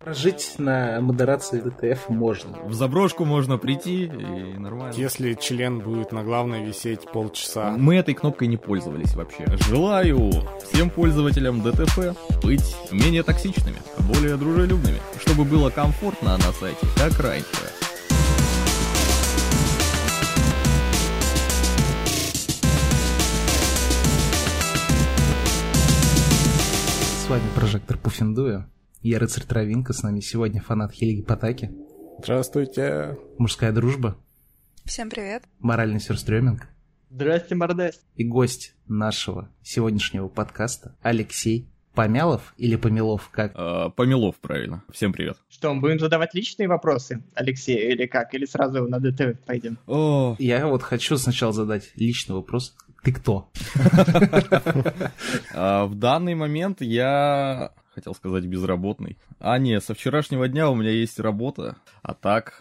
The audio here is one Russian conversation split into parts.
Прожить на модерации ДТФ можно. В заброшку можно прийти и нормально. Если член будет на главной висеть полчаса. Мы этой кнопкой не пользовались вообще. Желаю всем пользователям ДТФ быть менее токсичными, более дружелюбными, чтобы было комфортно на сайте, как раньше. С вами Прожектор Пуффендуя. Я рыцарь Травинка, с нами сегодня фанат Хелиги Потаки. Здравствуйте. Мужская дружба. Всем привет. Моральный сюрстрёминг. Здрасте, мордась. И гость нашего сегодняшнего подкаста Алексей Помялов или Помилов, как? Помилов, правильно. Всем привет. Что, мы будем задавать личные вопросы Алексею или как? Или сразу на ДТФ пойдем? Я вот хочу сначала задать личный вопрос. Ты кто? В данный момент я... Хотел сказать безработный. Нет, со вчерашнего дня у меня есть работа. А так,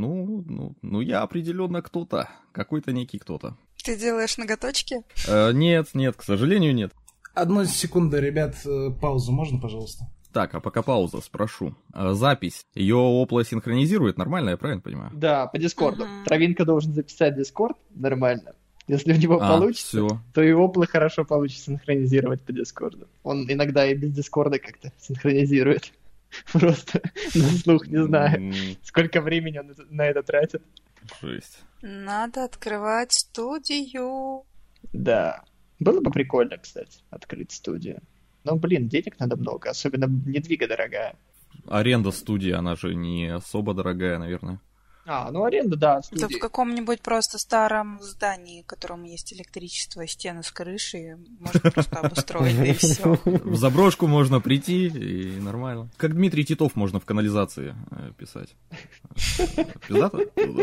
я определенно кто-то. Какой-то некий кто-то. Ты делаешь ноготочки? Нет, к сожалению, нет. Одну секунду, ребят, паузу можно, пожалуйста? Так, а пока пауза, спрошу. Запись, ее Опла синхронизирует нормально, я правильно понимаю? Да, по Дискорду. Травинка должен записать Дискорд нормально. Если у него получится, всё. то и Опла хорошо получится синхронизировать по Дискорду. Он иногда и без Дискорда как-то синхронизирует. Просто на слух не знаю, сколько времени он на это тратит. Жесть. Надо открывать студию. Да. Было бы прикольно, кстати, открыть студию. Но, денег надо много, особенно недвига дорогая. Аренда студии, она же не особо дорогая, наверное. Аренда, да, студия. Это в каком-нибудь просто старом здании, в котором есть электричество, стены с крышей, можно просто обустроить, и все. В заброшку можно прийти, и нормально. Как Дмитрий Титов можно в канализации писать. Пиздато?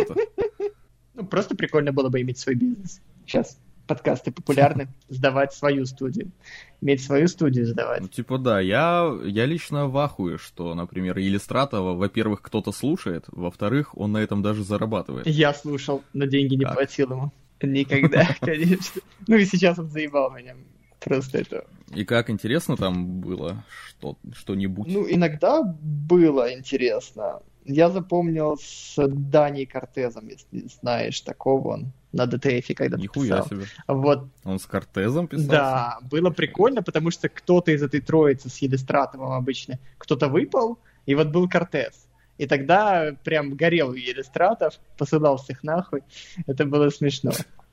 Просто прикольно было бы иметь свой бизнес. Сейчас подкасты популярны, сдавать свою студию. Иметь свою студию сдавать. Да, я лично в ахуе, что, например, Елистратова, во-первых, кто-то слушает, во-вторых, он на этом даже зарабатывает. Я слушал, но деньги не платил ему. Никогда, конечно. И сейчас он заебал меня. Просто это... И как интересно там было что-нибудь? Иногда было интересно. Я запомнил с Даней Кортезом, если знаешь, такого он на ДТФе когда-то Нихуя писал. себе. Вот. Он с Кортезом писал? Да, было прикольно, потому что кто-то из этой троицы с Елистратовым обычно, кто-то выпал, и вот был Кортез. И тогда прям горел Елистратов, посылал всех нахуй. Это было смешно.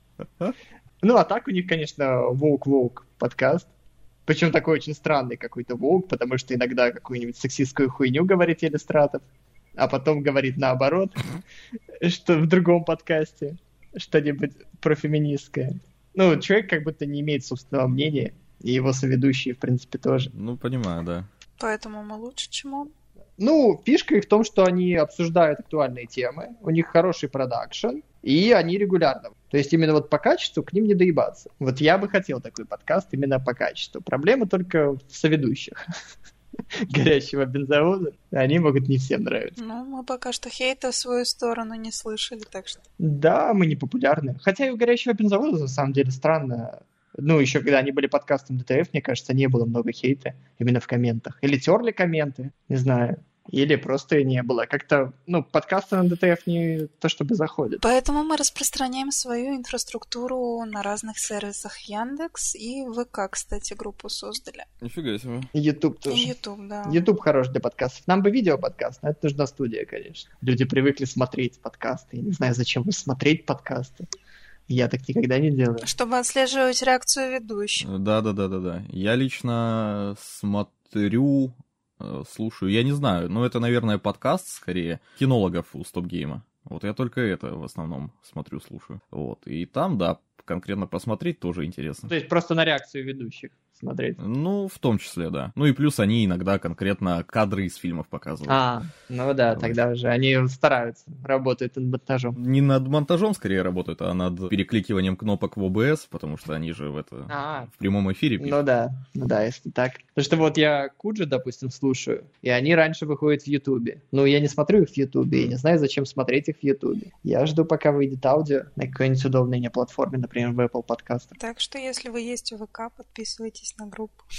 А так у них, конечно, Воук подкаст. Причем такой очень странный какой-то Воук, потому что иногда какую-нибудь сексистскую хуйню говорит Елистратов, а потом говорит наоборот, что в другом подкасте что-нибудь профеминистское. Человек как будто не имеет собственного мнения, и его соведущие, в принципе, тоже. Понимаю, да. Поэтому мы лучше, чем он. Фишка их в том, что они обсуждают актуальные темы, у них хороший продакшн, и они регулярно. То есть именно по качеству к ним не доебаться. Я бы хотел такой подкаст именно по качеству. Проблема только в соведущих. Горящего бензовоза, они могут не всем нравиться. Мы пока что хейта в свою сторону не слышали, так что... Да, мы не популярны. Хотя и у горящего бензовоза, на самом деле, странно. Еще когда они были подкастом ДТФ, мне кажется, не было много хейта именно в комментах. Или терли комменты, не знаю. Или просто не было. Как-то, подкасты на ДТФ не то чтобы заходят. Поэтому мы распространяем свою инфраструктуру на разных сервисах Яндекс и ВК, кстати, группу создали. Нифига себе. Ютуб тоже. И Ютуб, да. Ютуб хорош для подкастов. Нам бы видео-подкаст, но это нужна студия, конечно. Люди привыкли смотреть подкасты. Я не знаю, зачем вы смотреть подкасты. Я так никогда не делаю. Чтобы отслеживать реакцию ведущих. Да. Я лично смотрю... слушаю, я не знаю, это, наверное, подкаст скорее кинологов у Стопгейма. Я только это в основном смотрю, слушаю. И там, да, конкретно посмотреть тоже интересно. То есть просто на реакцию ведущих смотреть? В том числе, да. И плюс они иногда конкретно кадры из фильмов показывают. Да, тогда уже они стараются, работают над монтажом. Не над монтажом скорее работают, а над перекликиванием кнопок в OBS, потому что они же в прямом эфире пишут. Да, если так. Потому что я Куджи, допустим, слушаю, и они раньше выходят в Ютубе. Я не смотрю их в Ютубе, и не знаю, зачем смотреть их в Ютубе. Я жду, пока выйдет аудио на какой-нибудь удобной мне платформе, например, в Apple подкастах. Так что, если вы есть в ВК, подписывайтесь на группу.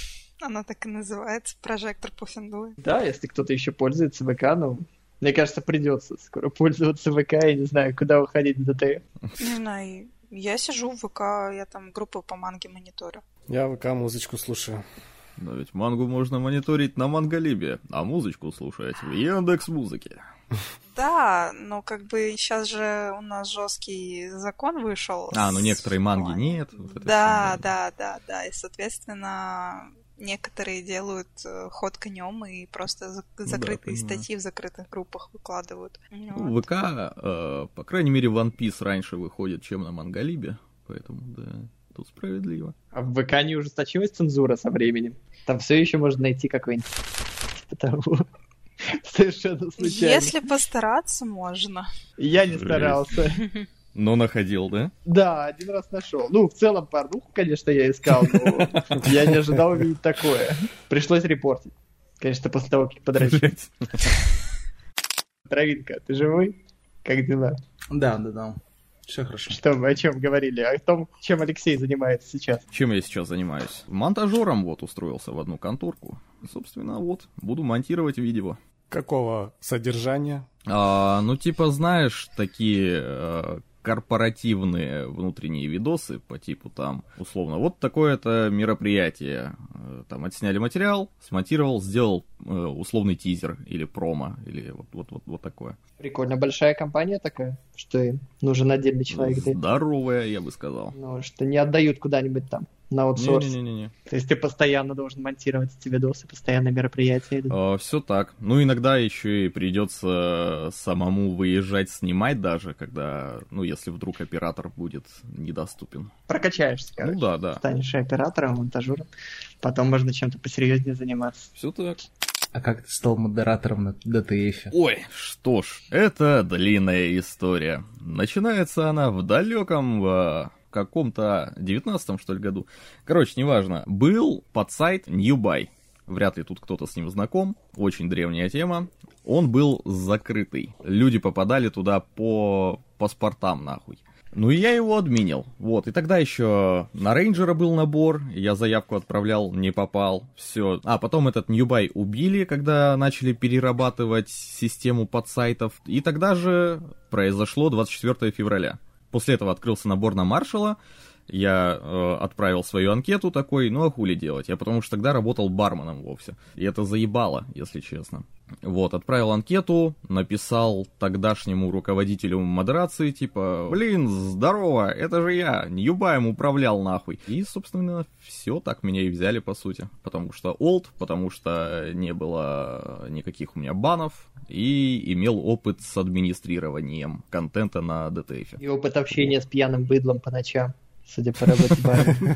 Она так и называется, прожектор Пуффендуя. Да, если кто-то еще пользуется ВК, ну, мне кажется, придется скоро пользоваться ВК, я не знаю, куда выходить на ДТФ. Не знаю, я сижу в ВК, я там группы по манге мониторю. Я ВК музычку слушаю. Но ведь мангу можно мониторить на Манголибе, а музычку слушать в Яндекс.Музыке. Да, но как бы сейчас же у нас жесткий закон вышел. Ну некоторые манги нет. Вот да, и, соответственно, некоторые делают ход конем и просто закрытые статьи в закрытых группах выкладывают. Ну, ВК, по крайней мере, One Piece раньше выходит, чем на Манголибе, поэтому, да, тут справедливо. А в ВК не ужесточилась цензура со временем? Там все еще можно найти какой-нибудь того. Совершенно случайно. Если постараться, можно. Я не старался. Но находил, да? Да, один раз нашел. Ну, в целом, порнуху, конечно, я искал, но я не ожидал увидеть такое. Пришлось репортить. Конечно, после того, как подрочить. Травинка, ты живой? Как дела? Да. Все хорошо. Что мы о чем говорили? О том, чем Алексей занимается сейчас. Чем я сейчас занимаюсь? Монтажером вот устроился в одну конторку. Собственно, вот, буду монтировать видео. Какого содержания? Ну, типа, знаешь, такие корпоративные внутренние видосы по типу там, условно, вот такое-то мероприятие. Там отсняли материал, смонтировал, сделал условный тизер или промо, или вот такое. Прикольно. Большая компания такая, что им нужен отдельный человек. Здоровая, я бы сказал. Ну, что не отдают куда-нибудь там на аутсорс. Не-не-не. То есть ты постоянно должен монтировать эти видосы, постоянно мероприятия идут. Все так. Ну, иногда еще и придется самому выезжать, снимать даже, когда, ну, если вдруг оператор будет недоступен. Прокачаешься, короче. Ну да. Станешь оператором, монтажером. Потом можно чем-то посерьезнее заниматься. Все так. А как ты стал модератором на ДТФ? Ой, что ж, это длинная история. Начинается она в далеком каком-то 19-м, что ли, году. Короче, неважно. Был подсайт Newbuy. Вряд ли тут кто-то с ним знаком. Очень древняя тема. Он был закрытый. Люди попадали туда по паспортам, нахуй. Ну и я его админил. Вот. И тогда еще на рейнджера был набор. Я заявку отправлял, не попал. Все. А потом этот Newbuy убили, когда начали перерабатывать систему подсайтов. И тогда же произошло 24 февраля. После этого открылся набор на маршала. Я отправил свою анкету такой, ну а хули делать? Я потому что тогда работал барменом вовсе. И это заебало, если честно. Вот, отправил анкету, написал тогдашнему руководителю модерации, типа, блин, здорово, это же я, Ньюбаем управлял нахуй. И, собственно, все, так меня и взяли, по сути. Потому что олд, потому что не было никаких у меня банов, и имел опыт с администрированием контента на ДТФ. И опыт общения с пьяным быдлом по ночам, судя по работе баром.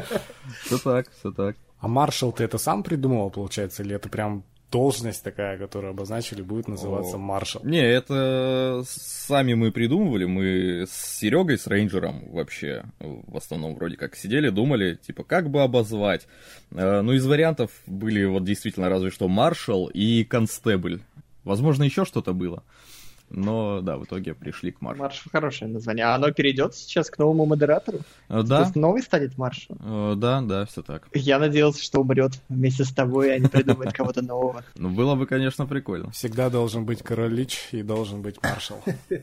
Все так. А маршал ты это сам придумал, получается, или это прям должность такая, которую обозначили, будет называться маршал? Не, это сами мы придумывали, мы с Серегой, с рейнджером вообще, в основном вроде как сидели, думали, типа, как бы обозвать. Ну, из вариантов были вот действительно разве что маршал и констебль. Возможно, еще что-то было. Но, да, в итоге пришли к маршалу. Маршал хорошее название. А оно перейдет сейчас к новому модератору? Да. То есть новый станет маршал? Да, все так. Я надеялся, что умрет вместе с тобой, а не придумает кого-то нового. Ну, было бы, конечно, прикольно. Всегда должен быть король Лич и должен быть маршал.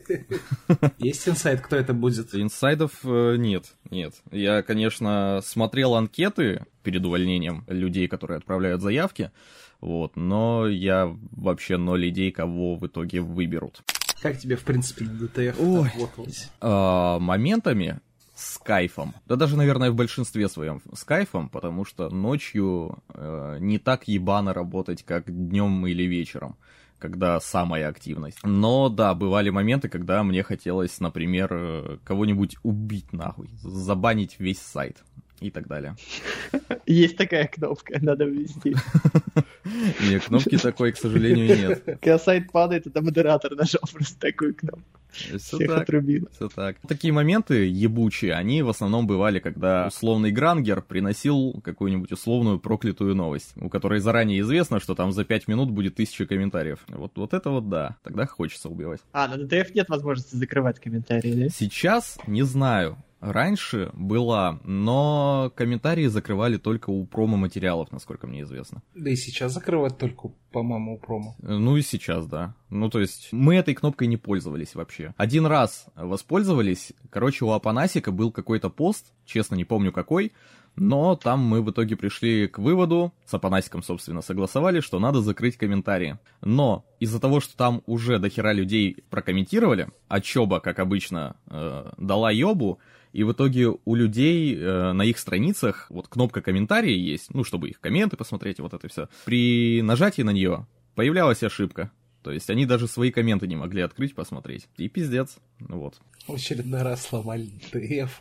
Есть инсайд, кто это будет? Инсайдов нет. Я, конечно, смотрел анкеты перед увольнением людей, которые отправляют заявки, вот, но я вообще 0 идей, кого в итоге выберут. Как тебе, в принципе, на ДТФ работалось? Моментами с кайфом. Да даже, наверное, в большинстве своем с кайфом, потому что ночью не так ебано работать, как днем или вечером, когда самая активность. Но да, бывали моменты, когда мне хотелось, например, кого-нибудь убить нахуй, забанить весь сайт и так далее. Есть такая кнопка, надо ввести. Нет, кнопки такой, к сожалению, нет. Когда сайт падает, это модератор нажал просто такую кнопку. Всех отрубило. Все так. Такие моменты ебучие, они в основном бывали, когда условный грангер приносил какую-нибудь условную проклятую новость, у которой заранее известно, что там за 5 минут будет 1000 комментариев. Вот это вот да, тогда хочется убивать. А, на ДТФ нет возможности закрывать комментарии, да? Сейчас не знаю. Раньше была, но комментарии закрывали только у промо-материалов, насколько мне известно. Да и сейчас закрывают только, по-моему, у промо. Ну и сейчас, да. Ну, то есть, мы этой кнопкой не пользовались вообще. Один раз воспользовались. Короче, у Апанасика был какой-то пост, честно не помню какой, но там мы в итоге пришли к выводу, с Апанасиком, собственно, согласовали, что надо закрыть комментарии. Но из-за того, что там уже дохера людей прокомментировали, а Чоба, как обычно, дала ёбу, и в итоге у людей на их страницах вот кнопка комментарии есть, ну, чтобы их комменты посмотреть, вот это все. При нажатии на нее появлялась ошибка. То есть они даже свои комменты не могли открыть, посмотреть. И пиздец. Вот. В очередной раз сломали ДТФ.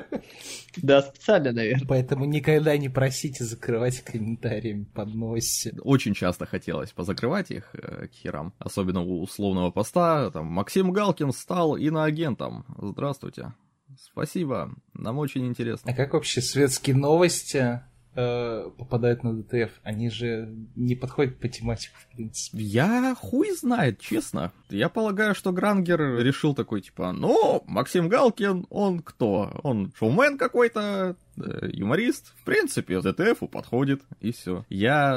Да, специально, наверное. Поэтому никогда не просите закрывать комментариями под нос. Очень часто хотелось позакрывать их к херам. Особенно у условного поста. Там Максим Галкин стал иноагентом. Здравствуйте. Спасибо. Нам очень интересно. А как вообще светские новости попадают на ДТФ? Они же не подходят по тематике, в принципе. Я хуй знает, честно. Я полагаю, что Грангер решил такой, типа, ну, Максим Галкин, он кто? Он шоумен какой-то, юморист. В принципе, ДТФу подходит, и все.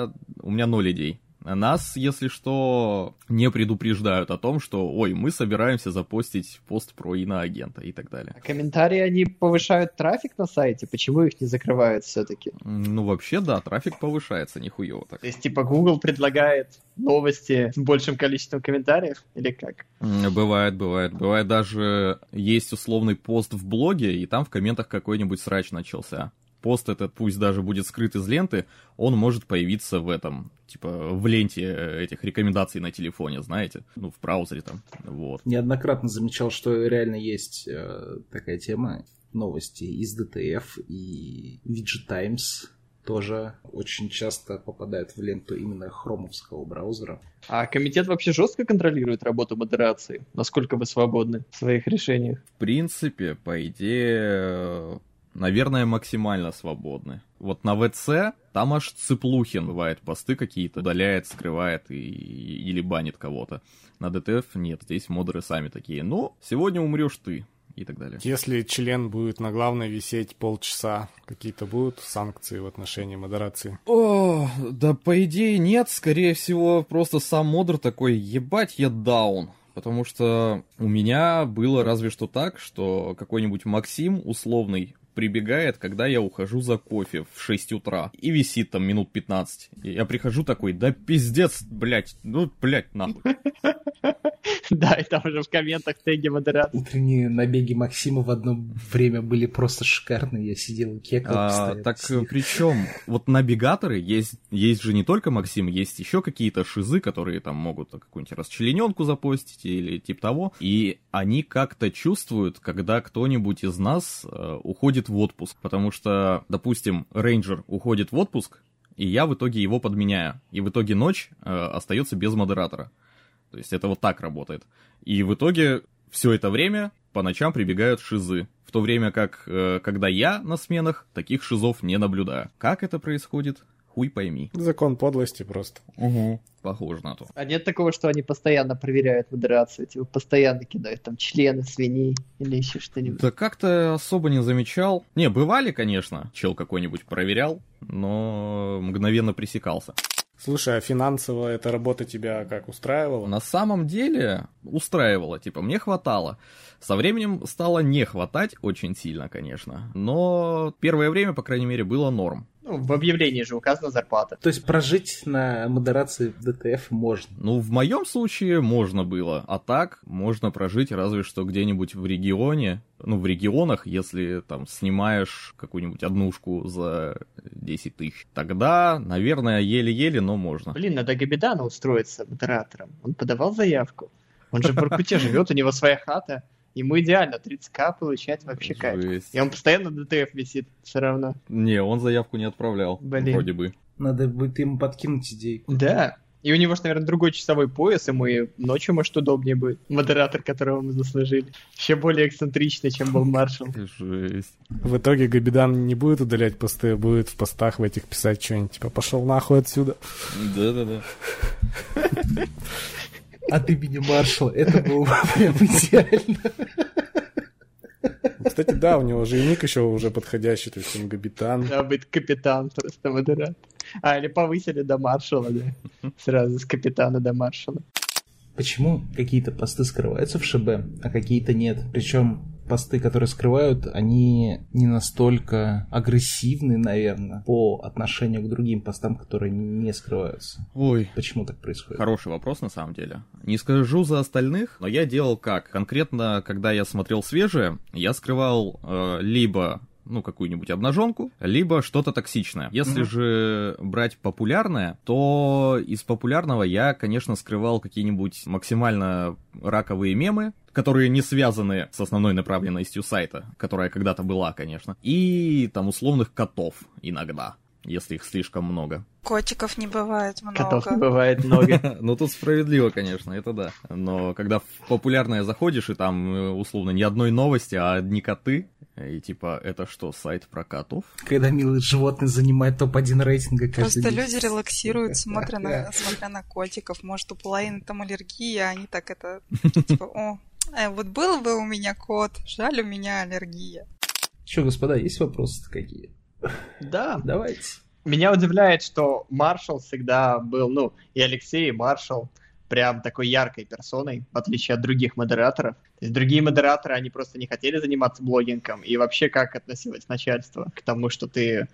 У меня 0 идей. Нас, если что, не предупреждают о том, что, ой, мы собираемся запостить пост про иноагента и так далее. А комментарии, они повышают трафик на сайте? Почему их не закрывают все-таки? Ну, вообще, да, трафик повышается, нихуево так. То есть, типа, Google предлагает новости с большим количеством комментариев? Или как? Бывает. Бывает даже есть условный пост в блоге, и там в комментах какой-нибудь срач начался. Пост этот, пусть даже будет скрыт из ленты, он может появиться в этом, типа, в ленте этих рекомендаций на телефоне, знаете, ну, в браузере там, вот. Неоднократно замечал, что реально есть такая тема, новости из ДТФ и VG Times тоже очень часто попадают в ленту именно хромовского браузера. А комитет вообще жестко контролирует работу модерации? Насколько вы свободны в своих решениях? В принципе, по идее, наверное, максимально свободны. Вот на ВЦ там аж Цыплухин бывает посты какие-то, удаляет, скрывает или банит кого-то. На ДТФ нет, здесь модеры сами такие. Ну, сегодня умрешь ты. И так далее. Если член будет на главной висеть полчаса, какие-то будут санкции в отношении модерации? О, да по идее нет, скорее всего, просто сам модер такой, ебать, я даун. Потому что у меня было разве что так, что какой-нибудь Максим условный прибегает, когда я ухожу за кофе в 6 утра. И висит там минут 15. И я прихожу такой, да пиздец, блядь, ну, блядь, нахуй. Да, и там уже в комментах теги модерации. Утренние набеги Максима в одно время были просто шикарные. Я сидел и кекал постоянно. Так причем, вот набегаторы, есть же не только Максим, есть еще какие-то шизы, которые там могут какую-нибудь расчлененку запостить или типа того. И они как-то чувствуют, когда кто-нибудь из нас уходит в отпуск. Потому что, допустим, рейнджер уходит в отпуск, и я в итоге его подменяю. И в итоге ночь остается без модератора. То есть это вот так работает. И в итоге все это время по ночам прибегают шизы. В то время как, когда я на сменах, таких шизов не наблюдаю. Как это происходит? Хуй пойми. Закон подлости просто. Угу. Похоже на то. А нет такого, что они постоянно проверяют модерацию? Типа постоянно кидают там члены, свиней или еще что-нибудь? Да как-то особо не замечал. Не, бывали, конечно. Чел какой-нибудь проверял, но мгновенно пресекался. Слушай, а финансово эта работа тебя как устраивала? На самом деле устраивало, типа мне хватало. Со временем стало не хватать очень сильно, конечно, но первое время, по крайней мере, было норм. Ну, в объявлении же указана зарплата. То есть прожить на модерации в ДТФ можно? Ну, в моем случае можно было, а так можно прожить разве что где-нибудь в регионе, ну, в регионах, если там снимаешь какую-нибудь однушку за 10 тысяч. Тогда, наверное, еле-еле, но можно. Блин, надо Габидана устроиться модератором. Он подавал заявку. Он же в Воркуте живет, у него своя хата. Ему идеально 30к получать вообще кайф. И он постоянно на ДТФ висит все равно. Не, он заявку не отправлял. Блин. Вроде бы. Надо будет ему подкинуть идейку. Да. И у него же, наверное, другой часовой пояс, ему и ночью, может, удобнее будет. Модератор, которого мы заслужили. Еще более эксцентричный, чем был Маршал. Жесть. В итоге Габидан не будет удалять посты, будет в постах в этих писать что-нибудь, типа пошел нахуй отсюда. Да-да-да. От имени Маршала. Это было бы прям идеально. Кстати, да, у него же и ник еще уже подходящий, то есть он Габитан. Да, быть капитан просто модератор. Или повысили до маршала, да. Сразу с капитана до маршала. Почему какие-то посты скрываются в ШБ, а какие-то нет? Причем посты, которые скрывают, они не настолько агрессивны, наверное, по отношению к другим постам, которые не скрываются. Ой. Почему так происходит? Хороший вопрос, на самом деле. Не скажу за остальных, но я делал как? Конкретно, когда я смотрел свежее, я скрывал либо какую-нибудь обнаженку, либо что-то токсичное. Если же брать популярное, то из популярного я, конечно, скрывал какие-нибудь максимально раковые мемы, которые не связаны с основной направленностью сайта, которая когда-то была, конечно, и там условных котов иногда, если их слишком много. Котиков не бывает много. Котов не бывает много. Ну, тут справедливо, конечно, это да. Но когда в популярное заходишь, и там, условно, не одной новости, а одни коты, и типа, это что, сайт про котов? Когда милые животные занимают топ-1 рейтинга каждый Просто месяц. люди релаксируют, смотря на котиков. Может, у половины там аллергия, а они так это, типа, вот был бы у меня кот, жаль, у меня аллергия. Что, господа, есть вопросы какие? Да. Давайте. Меня удивляет, что Маршал всегда был, и Алексей, и Маршал, прям такой яркой персоной, в отличие от других модераторов. То есть другие модераторы, они просто не хотели заниматься блогингом. И вообще, как относилось начальство к тому, что ты,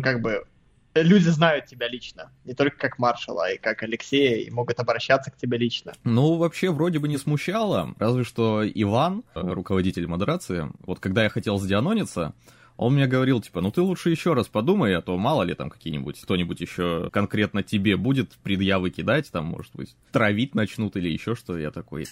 люди знают тебя лично. Не только как Маршала, и как Алексея, и могут обращаться к тебе лично. Ну, вообще, вроде бы не смущало. Разве что Иван, руководитель модерации, вот когда я хотел сдианониться, он мне говорил, типа, ты лучше еще раз подумай, а то мало ли там кто-нибудь еще конкретно тебе будет предъявы кидать, там, может быть, травить начнут или еще что. Я такой,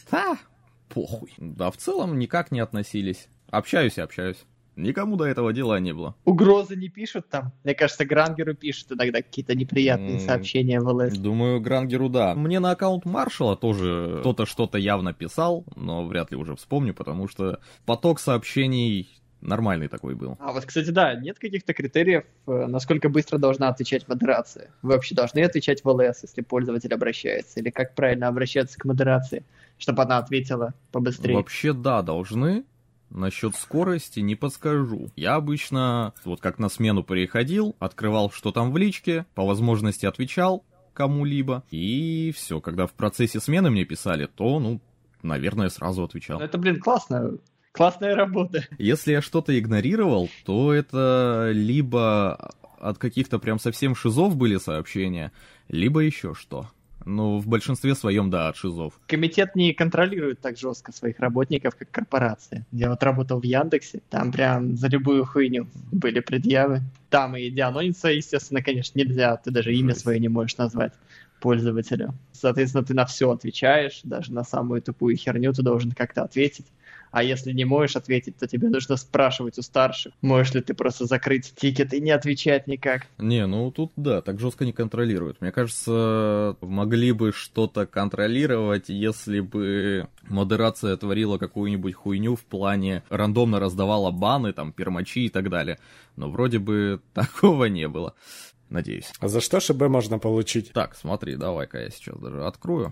похуй. Да, в целом никак не относились. Общаюсь. Никому до этого дела не было. Угрозы не пишут там? Мне кажется, Грангеру пишут иногда какие-то неприятные сообщения в ЛС. Думаю, Грангеру да. Мне на аккаунт Маршала тоже кто-то что-то явно писал, но вряд ли уже вспомню, потому что поток сообщений нормальный такой был. А вот, кстати, да, нет каких-то критериев, насколько быстро должна отвечать модерация? Вы вообще должны отвечать в ЛС, если пользователь обращается? Или как правильно обращаться к модерации, чтобы она ответила побыстрее? Вообще, да, должны. Насчет скорости не подскажу. Я обычно, вот как на смену переходил, открывал, что там в личке, по возможности отвечал кому-либо, и все. Когда в процессе смены мне писали, то, наверное, сразу отвечал. Это, классно. Классная работа. Если я что-то игнорировал, то это либо от каких-то прям совсем шизов были сообщения, либо еще что. В большинстве своем, да, от шизов. Комитет не контролирует так жестко своих работников, как корпорация. Я вот работал в Яндексе, там прям за любую хуйню были предъявы. Там и дианониться, естественно, конечно, нельзя. Ты даже имя свое не можешь назвать пользователю. Соответственно, ты на все отвечаешь, даже на самую тупую херню ты должен как-то ответить. А если не можешь ответить, то тебе нужно спрашивать у старших, можешь ли ты просто закрыть тикет и не отвечать никак. Не, тут да, так жестко не контролируют. Мне кажется, могли бы что-то контролировать, если бы модерация творила какую-нибудь хуйню в плане рандомно раздавала баны, там, пермачи и так далее. Но вроде бы такого не было. Надеюсь. А за что ШБ можно получить? Так, смотри, давай-ка я сейчас даже открою.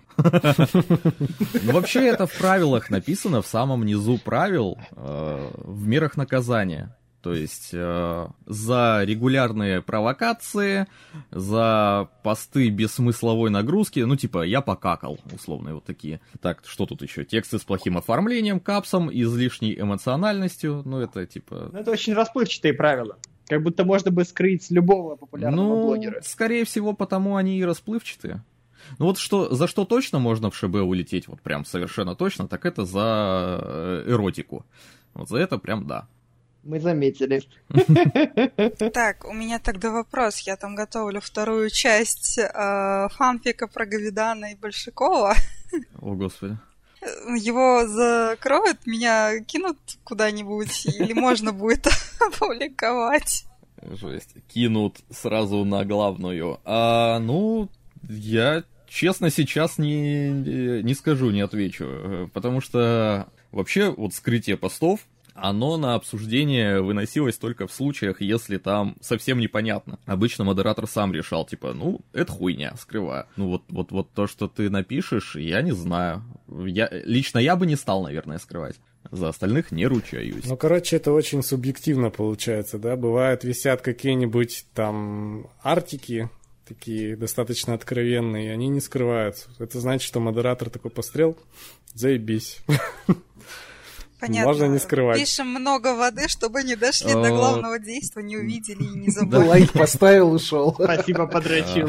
Вообще это в правилах написано, в самом низу правил, в мерах наказания. То есть за регулярные провокации, за посты без смысловой нагрузки, я покакал, условно, вот такие. Так, что тут еще? Тексты с плохим оформлением, капсом, излишней эмоциональностью, это типа... Это очень расплывчатые правила. Как будто можно бы скрыть любого популярного блогера. Скорее всего, потому они и расплывчатые. За что точно можно в ШБ улететь, вот прям совершенно точно, так это за эротику. Вот за это прям да. Мы заметили. Так, у меня тогда вопрос. Я там готовлю вторую часть фанфика про Гавидана и Большакова. О, господи. Его закроют, меня кинут куда-нибудь, или можно будет опубликовать? Жесть. Кинут сразу на главную. Я честно сейчас не скажу, не отвечу. Потому что вообще вот скрытие постов, оно на обсуждение выносилось только в случаях, если там совсем непонятно. Обычно модератор сам решал, это хуйня, скрываю. Вот то, что ты напишешь, я не знаю. Лично я бы не стал, наверное, скрывать. За остальных не ручаюсь. Ну, короче, это очень субъективно получается, да? Бывает, висят какие-нибудь там артики, такие достаточно откровенные, и они не скрываются. Это значит, что модератор такой пострел, заебись. Понятно. Можно не скрывать. Пишем много воды, чтобы не дошли до главного действия, не увидели и не забыли. Лайк поставил, ушел. Спасибо, подрочил.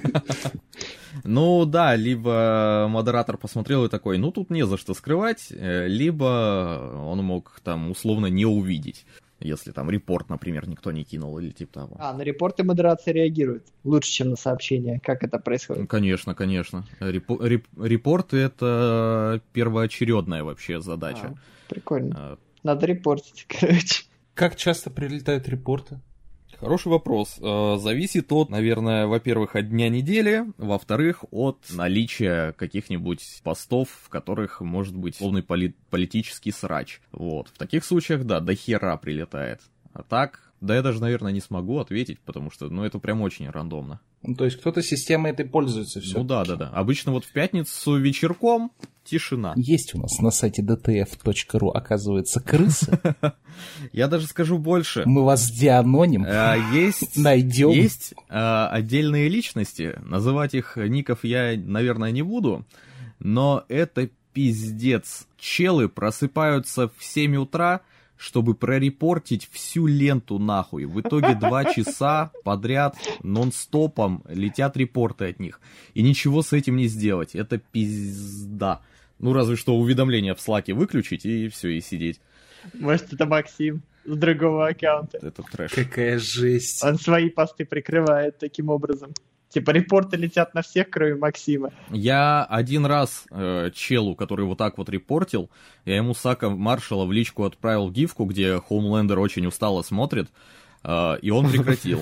Ну да, либо модератор посмотрел и такой, ну тут не за что скрывать, либо он мог там условно не увидеть, если там репорт, например, никто не кинул или типа того. На репорты модерация реагирует лучше, чем на сообщения. Как это происходит? Конечно, конечно. Репорты — это первоочередная вообще задача. Прикольно. Надо репортить, короче. Как часто прилетают репорты? Хороший вопрос. Зависит от, наверное, во-первых, от дня недели, во-вторых, от наличия каких-нибудь постов, в которых может быть полный политический срач. Вот. В таких случаях, да, до хера прилетает. А так, да я даже, наверное, не смогу ответить, потому что, ну, это прям очень рандомно. Ну, то есть кто-то системой этой пользуется все. Ну да. Обычно вот в пятницу вечерком тишина. Есть у нас на сайте dtf.ru, оказывается, крысы. Я даже скажу больше. Мы вас деаноним. Найдем. Есть отдельные личности. Называть их ников я, наверное, не буду. Но это пиздец. Челы просыпаются в 7 утра, чтобы прорепортить всю ленту нахуй. В итоге 2 часа подряд нон-стопом летят репорты от них. И ничего с этим не сделать. Это пизда. Ну, разве что уведомления в Slack'е выключить и все, и сидеть. Может, это Максим с другого аккаунта. Это трэш. Какая жесть. Он свои посты прикрывает таким образом. Типа репорты летят на всех, кроме Максима. Я один раз челу, который вот так вот репортил, я ему Сака Маршала в личку отправил гифку, где Хоумлендер очень устало смотрит, и он прекратил.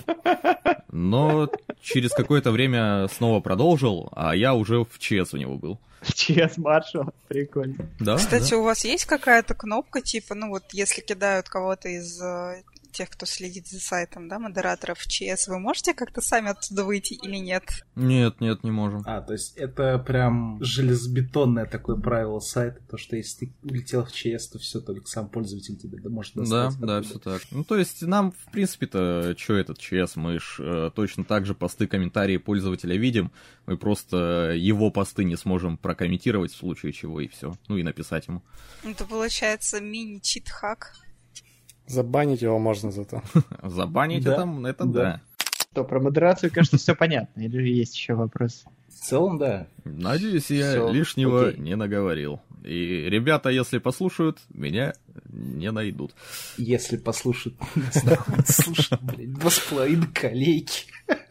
Но через какое-то время снова продолжил, а я уже в ЧС у него был. В ЧС Маршала? Прикольно. Да, Кстати, да. у вас есть какая-то кнопка, типа, ну вот, если кидают кого-то из тех, кто следит за сайтом, да, модераторов в ЧС, вы можете как-то сами оттуда выйти или нет? Нет, не можем. То есть это прям железобетонное такое правило сайта, то, что если ты улетел в ЧС, то все, только сам пользователь тебе может достать. Да, все так. Ну, то есть нам, в принципе-то, что этот ЧС, мы ж точно так же посты, комментарии пользователя видим, мы просто его посты не сможем прокомментировать в случае чего, и все. Ну, и написать ему. Это получается мини-чит-хак. Забанить его можно зато. Забанить это да. Что, про модерацию, кажется, все понятно. Или есть еще вопрос? В целом, да. Надеюсь, я Всё, лишнего окей. не наговорил. И ребята, если послушают, меня не найдут. Если послушают, слушай, блядь, 2,5 колейки.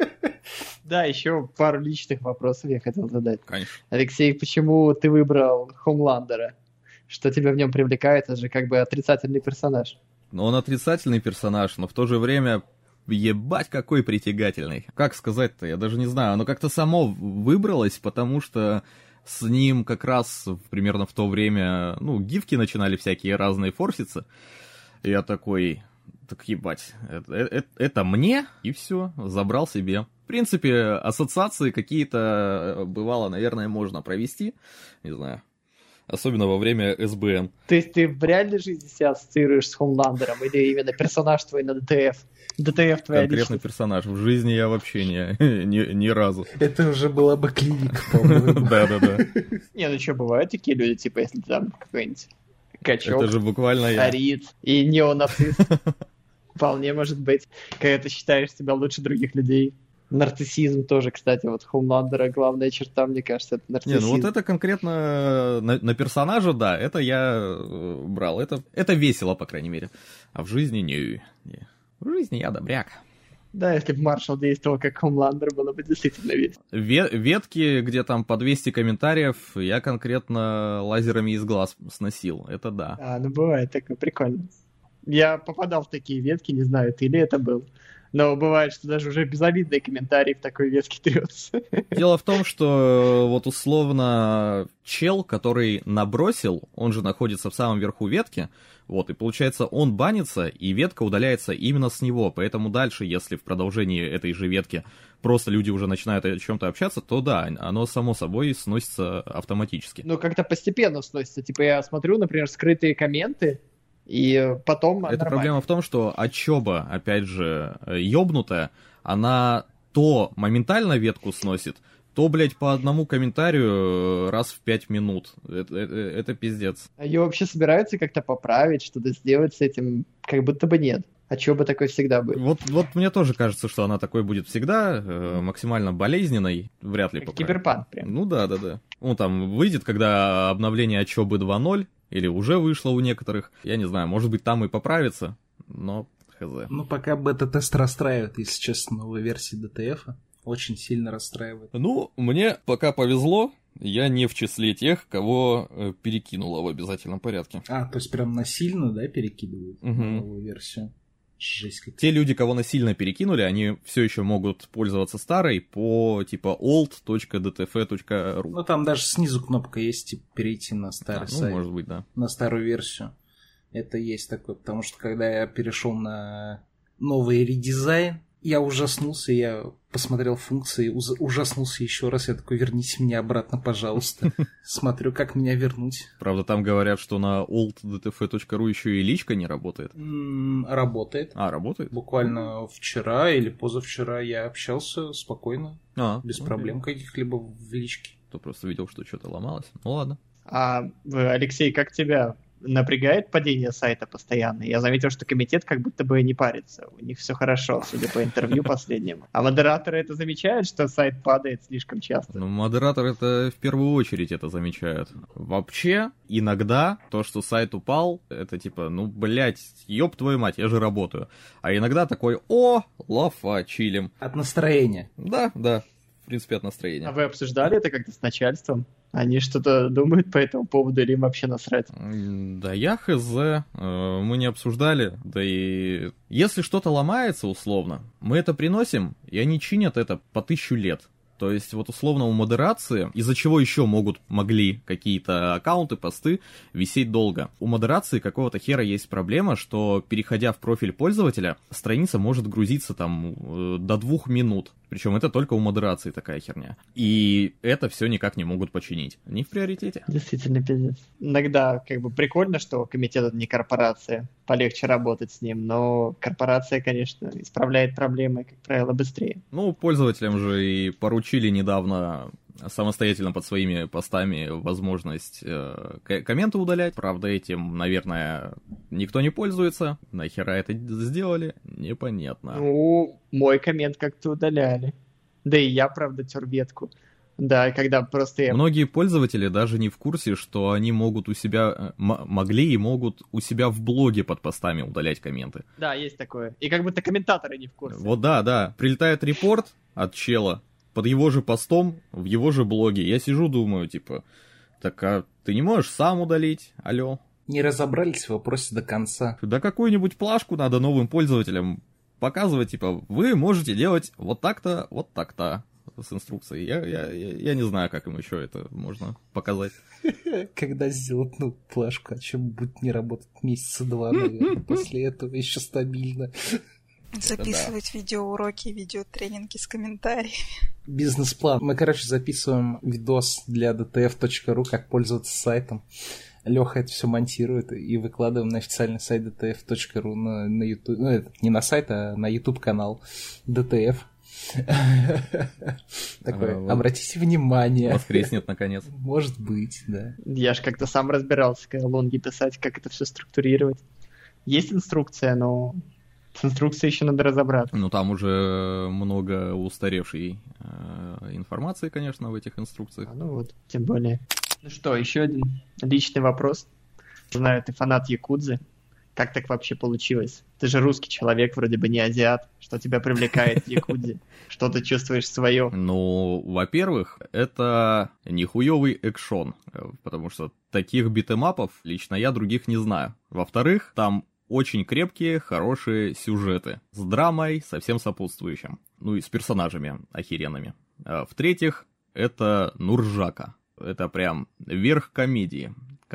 Да, еще пару личных вопросов я хотел задать. Конечно. Алексей, почему ты выбрал Хоумландера? Что тебя в нем привлекает? Это же как бы отрицательный персонаж. Но он отрицательный персонаж, но в то же время ебать какой притягательный. Как сказать-то, я даже не знаю. Оно как-то само выбралось, потому что с ним как раз примерно в то время, ну, гифки начинали всякие разные форситься. И я такой, так ебать, это мне, и все, забрал себе. В принципе, ассоциации какие-то, бывало, наверное, можно провести, не знаю. Особенно во время СБН. То есть ты в реальной жизни себя ассоциируешь с Хоумландером или именно персонаж твой на ДТФ? ДТФ твоя Конкретный личность? персонаж. В жизни я вообще ни разу. Это уже была бы клиника, по-моему. Да. Не, ну что, бывают такие люди, типа, если ты там какой-нибудь качок, Это же буквально я. арит и неонацист. Вполне может быть. Когда ты считаешь себя лучше других людей. Нарциссизм тоже, кстати, вот Хоумландера главная черта, мне кажется, это Не, нарциссизм. ну вот это конкретно на персонажа, да, это я брал. Это весело, по крайней мере. А в жизни не. В жизни я добряк. Да, если бы Маршал действовал как Хоумландер, было бы действительно весело. Ветки, где там по 200 комментариев, я конкретно лазерами из глаз сносил. Это да. Ну бывает такое, прикольно. Я попадал в такие ветки, не знаю, ты ли это был. Но бывает, что даже уже безобидные комментарии в такой ветке трется. Дело в том, что вот условно чел, который набросил, он же находится в самом верху ветки, вот, и получается он банится, и ветка удаляется именно с него, поэтому дальше, если в продолжении этой же ветки просто люди уже начинают о чем-то общаться, то да, оно само собой сносится автоматически. Ну, как-то постепенно сносится. Типа я смотрю, например, скрытые комменты, и потом Это нормально. проблема в том, что отчеба, опять же, ёбнутая, она то моментально ветку сносит, то, блядь, по одному комментарию раз в 5 минут. Это пиздец. А ее вообще собираются как-то поправить, что-то сделать с этим? Как будто бы нет. А чё бы такой всегда будет? Вот мне тоже кажется, что она такой будет всегда, максимально болезненной, вряд ли Как поправит. киберпанк прям. Ну да. Он там выйдет, когда обновление отчебы 2.0, или уже вышло у некоторых. Я не знаю, может быть, там и поправится, но хз. Ну, пока бета-тест расстраивает, если честно, новая версия DTF. Очень сильно расстраивает. Ну, мне пока повезло, я не в числе тех, кого перекинуло в обязательном порядке. То есть прям насильно, да, перекидывают Мгм. новую версию? Жесть как. Те люди, кого насильно перекинули, они все еще могут пользоваться старой по типа old.dtf.ru. Ну, там даже снизу кнопка есть, типа, перейти на старый сайт, может быть, да. на старую версию. Это есть такое, потому что когда я перешел на новый редизайн, я ужаснулся, я посмотрел функции, ужаснулся еще раз, я такой, верните меня обратно, пожалуйста. Смотрю, как меня вернуть. Правда, там говорят, что на old.dtf.ru еще и личка не работает. Работает. Работает? Буквально вчера или позавчера я общался спокойно, без окей. проблем каких-либо в личке. То просто видел, что что-то ломалось. Ну ладно. Алексей, как тебя напрягает падение сайта постоянно? Я заметил, что комитет как будто бы не парится. У них все хорошо, судя по интервью последнему. А модераторы это замечают, что сайт падает слишком часто? Ну, модераторы это в первую очередь это замечают. Вообще, иногда то, что сайт упал, это типа, ну, блять, ёб твою мать, я же работаю. А иногда такой, лафа, чилим. От настроения. Да, в принципе, от настроения. А вы обсуждали это как-то с начальством? Они что-то думают по этому поводу или им вообще насрать? Да я хз, мы не обсуждали, да и если что-то ломается условно, мы это приносим, и они чинят это по 1000 лет. То есть вот условно у модерации, из-за чего еще могли какие-то аккаунты, посты висеть долго. У модерации какого-то хера есть проблема, что переходя в профиль пользователя, страница может грузиться там до 2 минут. Причем это только у модерации такая херня. И это все никак не могут починить. Не в приоритете. Действительно пиздец. Иногда как бы прикольно, что комитет это не корпорация. Полегче работать с ним, но корпорация, конечно, исправляет проблемы, как правило, быстрее. Ну, пользователям же и поручили недавно самостоятельно под своими постами возможность комменты удалять. Правда, этим, наверное, никто не пользуется. Нахера это сделали? Непонятно. Ну, мой коммент как-то удаляли. Да и я, правда, тер ветку. Да, когда просто я... Многие пользователи даже не в курсе, что они могут у себя, могли и могут у себя в блоге под постами удалять комменты. Да, есть такое. И как будто комментаторы не в курсе. Вот да. Прилетает репорт от чела под его же постом, в его же блоге. Я сижу, думаю, типа, так а ты не можешь сам удалить? Алло. Не разобрались в вопросе до конца. Да какую-нибудь плашку надо новым пользователям показывать, типа, вы можете делать вот так-то, с инструкцией. Я не знаю, как им еще это можно показать. Когда сделать, плашку, о чем будет не работать месяца 2, наверное, после этого еще стабильно. Записывать видеоуроки, видеотренинги с комментариями. Бизнес-план. Мы, записываем видос для dtf.ru, как пользоваться сайтом. Леха это все монтирует и выкладываем на официальный сайт dtf.ru на YouTube. Ну, это не на сайт, а на YouTube-канал DTF. Такой, обратите внимание. Воскреснет, наконец. Может быть, да. Я ж как-то сам разбирался, когда лонги писать, как это все структурировать. Есть инструкция, но с инструкцией еще надо разобраться. Ну, там уже много устаревшей информации, конечно, в этих инструкциях. Ну вот, тем более. Ну что, еще один личный вопрос. Знаю, ты фанат якудзы. Как так вообще получилось? Ты же русский человек, вроде бы не азиат. Что тебя привлекает в якудзе? Что ты чувствуешь свое? Ну, во-первых, это нихуёвый экшон, потому что таких битэмапов лично я других не знаю. Во-вторых, там очень крепкие, хорошие сюжеты. С драмой, со всем сопутствующим. Ну и с персонажами охеренными. В-третьих, это Нуржака. Это прям верх комедии.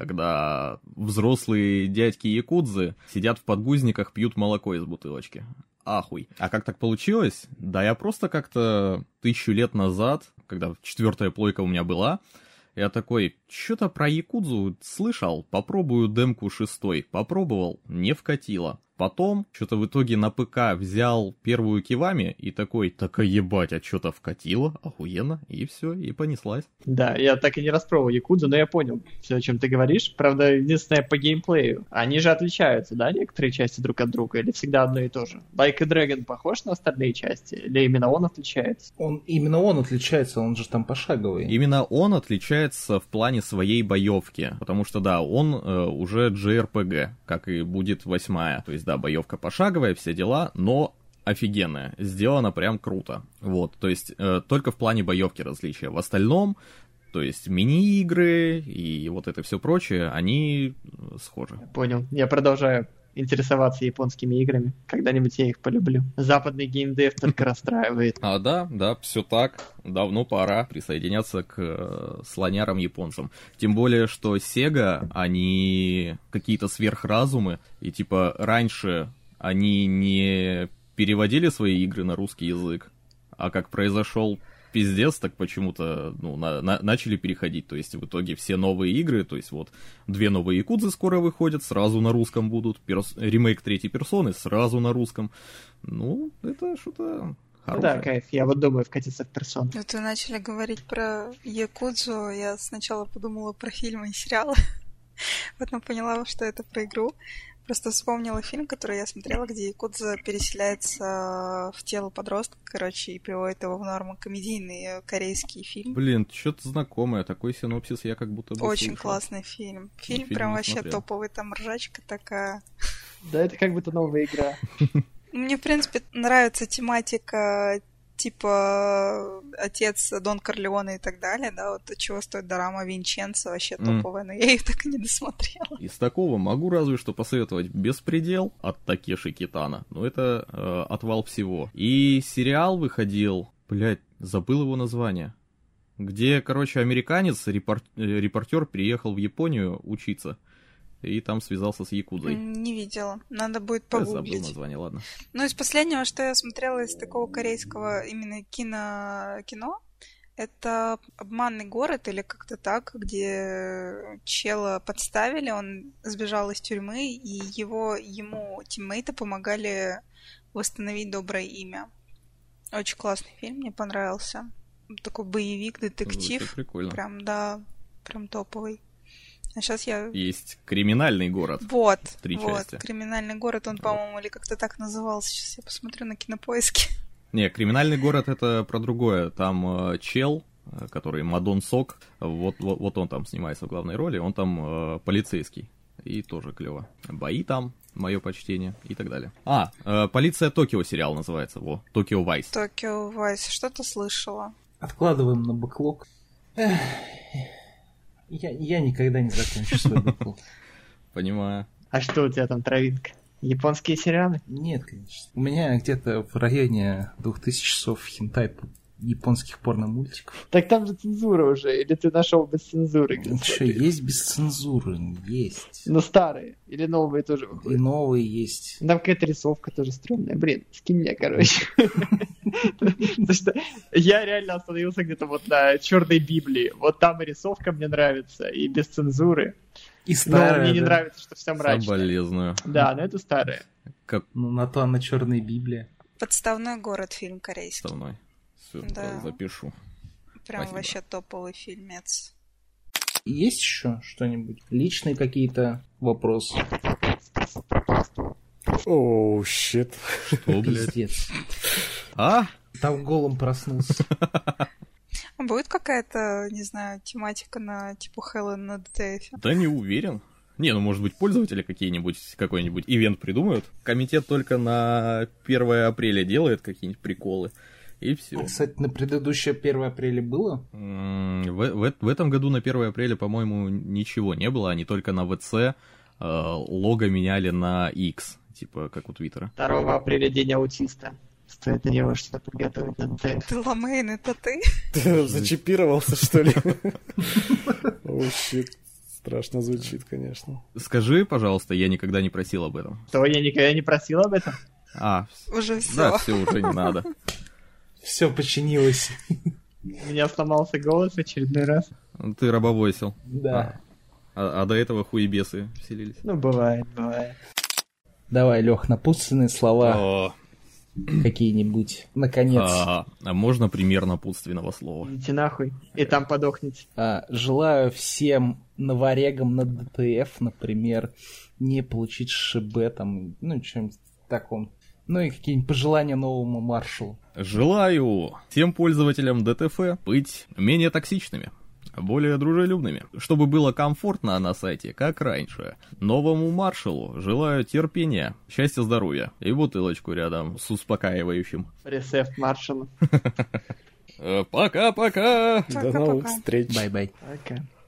Когда взрослые дядьки-якудзы сидят в подгузниках, пьют молоко из бутылочки. Ахуй. А как так получилось? Да я просто как-то 1000 лет назад, когда 4-я плойка у меня была, я такой, что-то про якудзу слышал, попробую демку 6-й. Попробовал, не вкатило. Потом, что-то в итоге на ПК взял первую Кивами и такой, так ебать, а что-то вкатило, охуенно, и все, и понеслась. Да, я так и не распробовал Якудзу, но я понял все, о чем ты говоришь. Правда, единственное, по геймплею. Они же отличаются, да, некоторые части друг от друга, или всегда одно и то же? Like a Dragon похож на остальные части, или именно он отличается? Именно он отличается, он же там пошаговый. Именно он отличается в плане своей боевки, потому что, да, он уже JRPG, как и будет 8-я, то есть, да, боевка пошаговая, все дела, но офигенная, сделана прям круто. Вот, то есть только в плане боевки различия. В остальном, то есть мини-игры и вот это все прочее, они схожи. Понял, я продолжаю интересоваться японскими играми. Когда-нибудь я их полюблю. Западный геймдев только расстраивает. Да, все так. Давно пора присоединяться к слонярам-японцам. Тем более, что Sega, они какие-то сверхразумы, и типа раньше они не переводили свои игры на русский язык, а как произошел пиздец, так почему-то начали переходить. То есть в итоге все новые игры, то есть вот 2 новые якудзы скоро выходят, сразу на русском будут. Ремейк 3-й персоны сразу на русском. Ну, это что-то хорошее. Да, кайф. Я вот думаю вкатиться в персону. Вот вы начали говорить про якудзу, я сначала подумала про фильмы и сериалы. Потом поняла, что это про игру. Просто вспомнила фильм, который я смотрела, где якудза переселяется в тело подростка, короче, и приводит его в норму. Комедийный корейский фильм. Блин, что-то знакомое. Такой синопсис я как будто бы Очень слышал. классный фильм. Фильм прям вообще смотрел. топовый, там ржачка такая. Да, это как будто новая игра. Мне, в принципе, нравится тематика типа отец Дон Корлеоне и так далее, да, вот чего стоит дорама Винченцо, вообще топовая, но я ее так и не досмотрела. Из такого могу разве что посоветовать «Беспредел» от Такеши Китано, но это отвал всего. И сериал выходил, блядь, забыл его название, где, короче, американец, репортер приехал в Японию учиться. И там связался с якудзой. Не видела. Надо будет Я погуглить. забыл название, ладно. Ну, из последнего, что я смотрела из такого корейского именно кино, это «Обманный город» или как-то так, где чела подставили, он сбежал из тюрьмы, и ему тиммейты помогали восстановить доброе имя. Очень классный фильм, мне понравился. Такой боевик, детектив. Звучит прикольно. Прям, да, прям топовый. А сейчас я... Есть «Криминальный город». Вот, 3 части. «Криминальный город», он, по-моему, или как-то так назывался. Сейчас я посмотрю на Кинопоиске. Не, «Криминальный город» — это про другое. Там чел, который Мадон Сок, вот он там снимается в главной роли, он там полицейский. И тоже клево. Бои там, мое почтение и так далее. «Полиция Токио» сериал называется, «Токио Вайс». «Токио Вайс», что-то слышала. Откладываем на бэклог. Я никогда не закончу свой бэклог. Понимаю. А что у тебя там, травинка? Японские сериалы? Нет, конечно. У меня где-то в районе 2000 часов хентай японских порно-мультиков. Так там же цензура уже, или ты нашел без цензуры? Что, есть без цензуры? Есть. Но старые или новые тоже И выходят? новые есть. Там какая-то рисовка тоже стрёмная. Блин, скинь мне, короче. Потому что я реально остановился где-то вот на Черной Библии. Вот там и рисовка мне нравится, и без цензуры. И Но старая, мне не да. нравится, что все мрачно. Соболезную. Да, но это старое. Ну, на то она черная Библия. «Подставной город», фильм корейский. Основной. Все, Да. запишу. Прям Спасибо. вообще топовый фильмец. Есть еще что-нибудь? Личные какие-то вопросы? Оу, щит. Что, блядь? Пиздец. Там голым проснулся. А будет какая-то, не знаю, тематика на типа Хелен на ДТФ? Да не уверен. Не, ну может быть пользователи какой-нибудь ивент придумают. Комитет только на 1 апреля делает какие-нибудь приколы. И все. Кстати, на предыдущее 1 апреля было? В этом году на 1 апреля, по-моему, ничего не было. Они только на ВЦ лого меняли на X, типа как у Твиттера. 2 апреля день аутиста. Стоит на него что-то подготовить на ДТФ. Ты, Ламейн, это ты? Ты зачипировался, что ли? О, щит. Страшно звучит, конечно. Скажи, пожалуйста, я никогда не просил об этом. Что, я никогда не просил об этом? Уже все. Да, все, уже не надо. Все починилось. У меня сломался голос в очередной раз. Ты рабовойсил. Да. А до этого хуебесы вселились. Ну, бывает. Давай, Лех, напутственные слова О, какие-нибудь. Наконец. а можно пример напутственного слова? Идите нахуй. И там подохните. Желаю всем новорегам на ДТФ, например, не получить ШБ, там, ну, чем-нибудь таком. Ну и какие-нибудь пожелания новому маршалу. Желаю всем пользователям ДТФ быть менее токсичными, более дружелюбными, чтобы было комфортно на сайте, как раньше. Новому маршалу желаю терпения, счастья, здоровья и бутылочку рядом с успокаивающим. Ресефт маршала. Пока-пока! До новых встреч. Бай-бай. Пока.